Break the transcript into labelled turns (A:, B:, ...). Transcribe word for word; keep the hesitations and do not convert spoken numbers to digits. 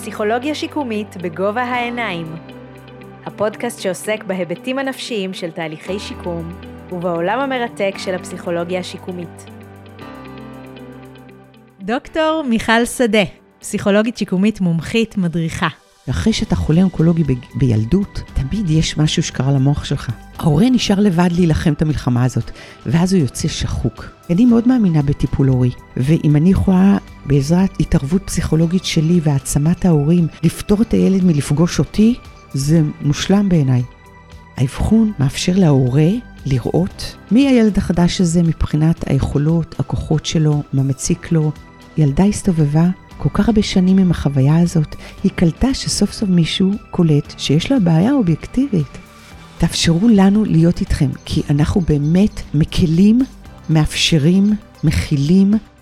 A: פסיכולוגיה שיקומית בגובה העיניים. הפודקאסט שעוסק בהיבטים הנפשיים של תהליכי שיקום ובעולם המרתק של הפסיכולוגיה השיקומית. דוקטור מיכל שדה, פסיכולוגית שיקומית מומחית מדריכה.
B: ואחרי שאתה חולה אונקולוגי ב- בילדות, תמיד יש משהו שקרה למוח שלך. ההורה נשאר לבד להילחם את המלחמה הזאת, ואז הוא יוצא שחוק. אני מאוד מאמינה בטיפול הורי, ואם אני יכולה בעזרת התערבות פסיכולוגית שלי והעצמת ההורים לפתור את הילד מלפגוש אותי, זה מושלם בעיניי. האבחון מאפשר להורה לראות מי הילד החדש הזה מבחינת היכולות, הכוחות שלו, מה מציק לו. ילדה הסתובבה כל כך הרבה שנים עם החוויה הזאת, היא קלטה שסוף סוף מישהו קולט שיש לה בעיה אובייקטיבית. תאפשרו לנו להיות איתכם, כי אנחנו באמת מקלים, מאפשרים, מכילים,